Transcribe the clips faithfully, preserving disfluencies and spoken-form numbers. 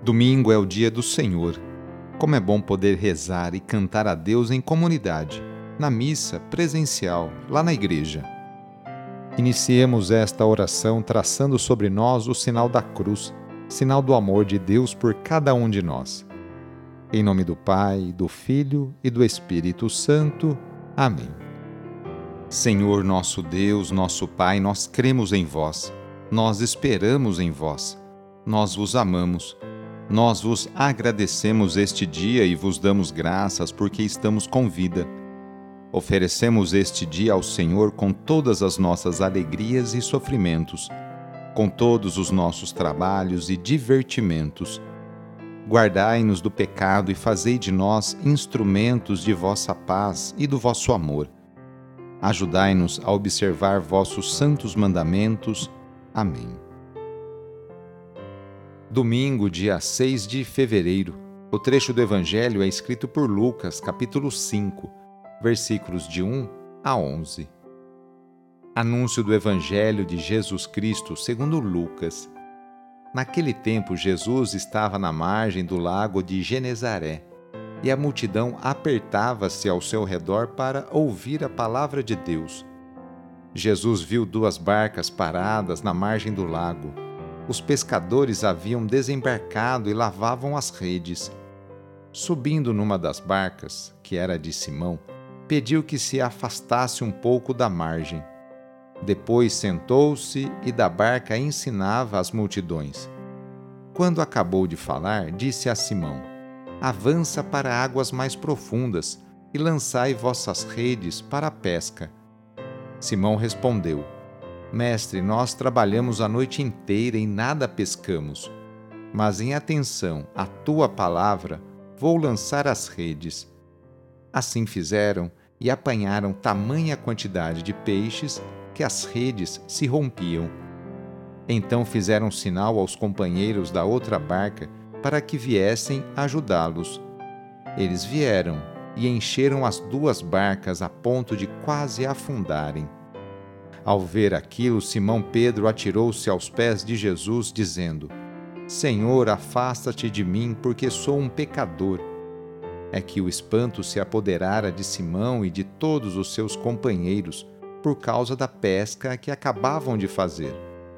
Domingo é o dia do Senhor. Como é bom poder rezar e cantar a Deus em comunidade, na missa presencial, lá na igreja. Iniciemos esta oração traçando sobre nós o sinal da cruz, sinal do amor de Deus por cada um de nós. Em nome do Pai, do Filho e do Espírito Santo. Amém. Senhor nosso Deus, nosso Pai, nós cremos em vós, nós esperamos em vós, nós vos amamos. Nós vos agradecemos este dia e vos damos graças porque estamos com vida. Oferecemos este dia ao Senhor com todas as nossas alegrias e sofrimentos, com todos os nossos trabalhos e divertimentos. Guardai-nos do pecado e fazei de nós instrumentos de vossa paz e do vosso amor. Ajudai-nos a observar vossos santos mandamentos. Amém. Domingo, dia seis de fevereiro. O trecho do Evangelho é escrito por Lucas, capítulo cinco, versículos de um a onze. Anúncio do Evangelho de Jesus Cristo segundo Lucas. Naquele tempo, Jesus estava na margem do lago de Genezaré, e a multidão apertava-se ao seu redor para ouvir a palavra de Deus. Jesus viu duas barcas paradas na margem do lago. Os pescadores haviam desembarcado e lavavam as redes. Subindo numa das barcas, que era de Simão, pediu que se afastasse um pouco da margem. Depois sentou-se e da barca ensinava as multidões. Quando acabou de falar, disse a Simão: Avança para águas mais profundas e lançai vossas redes para a pesca. Simão respondeu: Mestre, nós trabalhamos a noite inteira e nada pescamos. Mas em atenção à tua palavra, vou lançar as redes. Assim fizeram e apanharam tamanha quantidade de peixes que as redes se rompiam. Então fizeram sinal aos companheiros da outra barca para que viessem ajudá-los. Eles vieram e encheram as duas barcas a ponto de quase afundarem. Ao ver aquilo, Simão Pedro atirou-se aos pés de Jesus, dizendo: Senhor, afasta-te de mim, porque sou um pecador. É que o espanto se apoderara de Simão e de todos os seus companheiros, por causa da pesca que acabavam de fazer.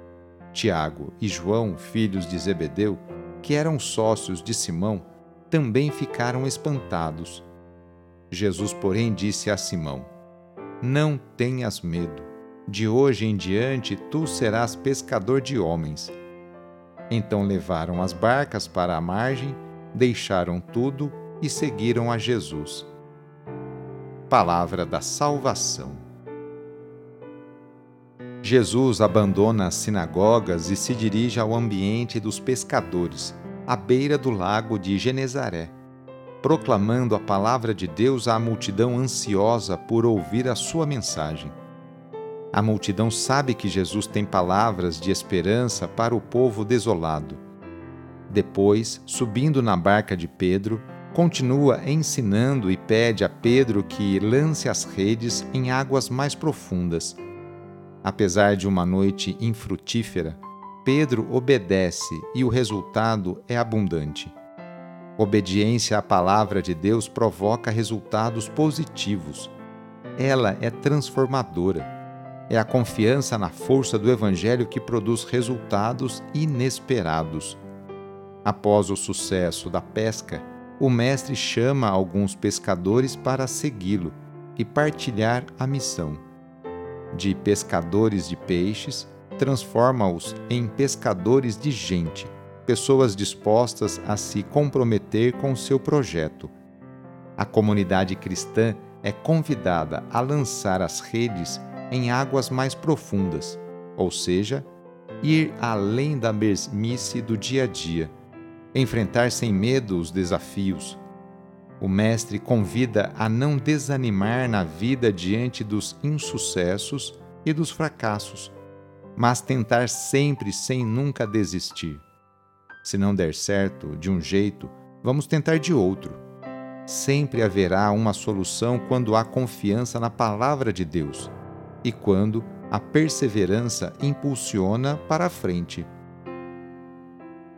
Tiago e João, filhos de Zebedeu, que eram sócios de Simão, também ficaram espantados. Jesus, porém, disse a Simão: Não tenhas medo. De hoje em diante tu serás pescador de homens. Então levaram as barcas para a margem, deixaram tudo e seguiram a Jesus. Palavra da salvação. Jesus abandona as sinagogas e se dirige ao ambiente dos pescadores, à beira do lago de Genezaré, proclamando a palavra de Deus à multidão ansiosa por ouvir a sua mensagem. A multidão sabe que Jesus tem palavras de esperança para o povo desolado. Depois, subindo na barca de Pedro, continua ensinando e pede a Pedro que lance as redes em águas mais profundas. Apesar de uma noite infrutífera, Pedro obedece e o resultado é abundante. Obediência à palavra de Deus provoca resultados positivos. Ela é transformadora. É a confiança na força do Evangelho que produz resultados inesperados. Após o sucesso da pesca, o Mestre chama alguns pescadores para segui-lo e partilhar a missão. De pescadores de peixes, transforma-os em pescadores de gente, pessoas dispostas a se comprometer com seu projeto. A comunidade cristã é convidada a lançar as redes em águas mais profundas, ou seja, ir além da mesmice do dia a dia, enfrentar sem medo os desafios. O Mestre convida a não desanimar na vida diante dos insucessos e dos fracassos, mas tentar sempre sem nunca desistir. Se não der certo de um jeito, vamos tentar de outro. Sempre haverá uma solução quando há confiança na palavra de Deus e quando a perseverança impulsiona para a frente.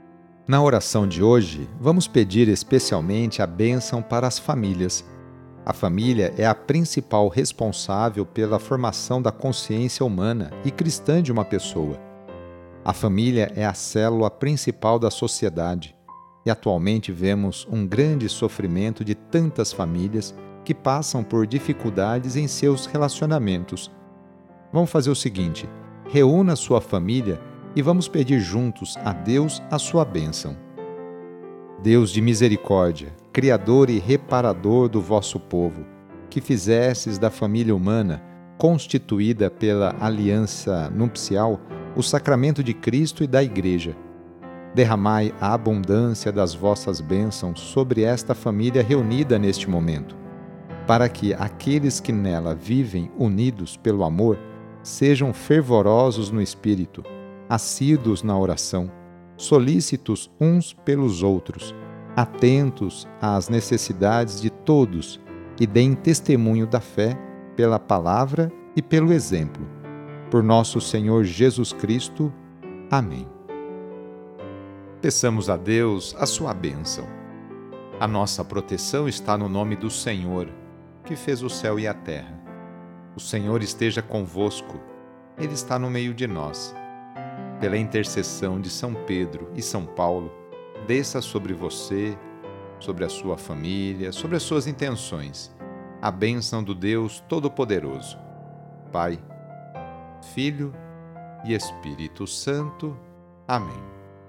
Na oração de hoje, vamos pedir especialmente a bênção para as famílias. A família é a principal responsável pela formação da consciência humana e cristã de uma pessoa. A família é a célula principal da sociedade e atualmente vemos um grande sofrimento de tantas famílias que passam por dificuldades em seus relacionamentos. Vamos fazer o seguinte: reúna sua família e vamos pedir juntos a Deus a sua bênção. Deus de misericórdia, Criador e Reparador do vosso povo, que fizestes da família humana, constituída pela aliança nupcial, o sacramento de Cristo e da Igreja, derramai a abundância das vossas bênçãos sobre esta família reunida neste momento, para que aqueles que nela vivem unidos pelo amor sejam fervorosos no espírito, assíduos na oração, solícitos uns pelos outros, atentos às necessidades de todos e deem testemunho da fé pela palavra e pelo exemplo. Por nosso Senhor Jesus Cristo. Amém. Peçamos a Deus a sua bênção. A nossa proteção está no nome do Senhor, que fez o céu e a terra. O Senhor esteja convosco, Ele está no meio de nós. Pela intercessão de São Pedro e São Paulo, desça sobre você, sobre a sua família, sobre as suas intenções, a bênção do Deus Todo-Poderoso, Pai, Filho e Espírito Santo. Amém.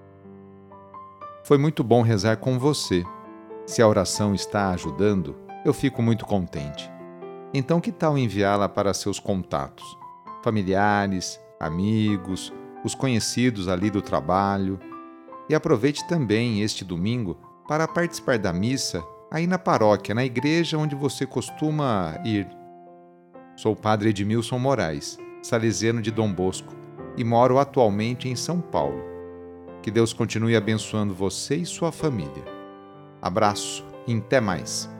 Foi muito bom rezar com você. Se a oração está ajudando, eu fico muito contente. Então, que tal enviá-la para seus contatos, familiares, amigos, os conhecidos ali do trabalho? E aproveite também este domingo para participar da missa aí na paróquia, na igreja onde você costuma ir. Sou o padre Edmilson Moraes, salesiano de Dom Bosco, e moro atualmente em São Paulo. Que Deus continue abençoando você e sua família. Abraço e até mais.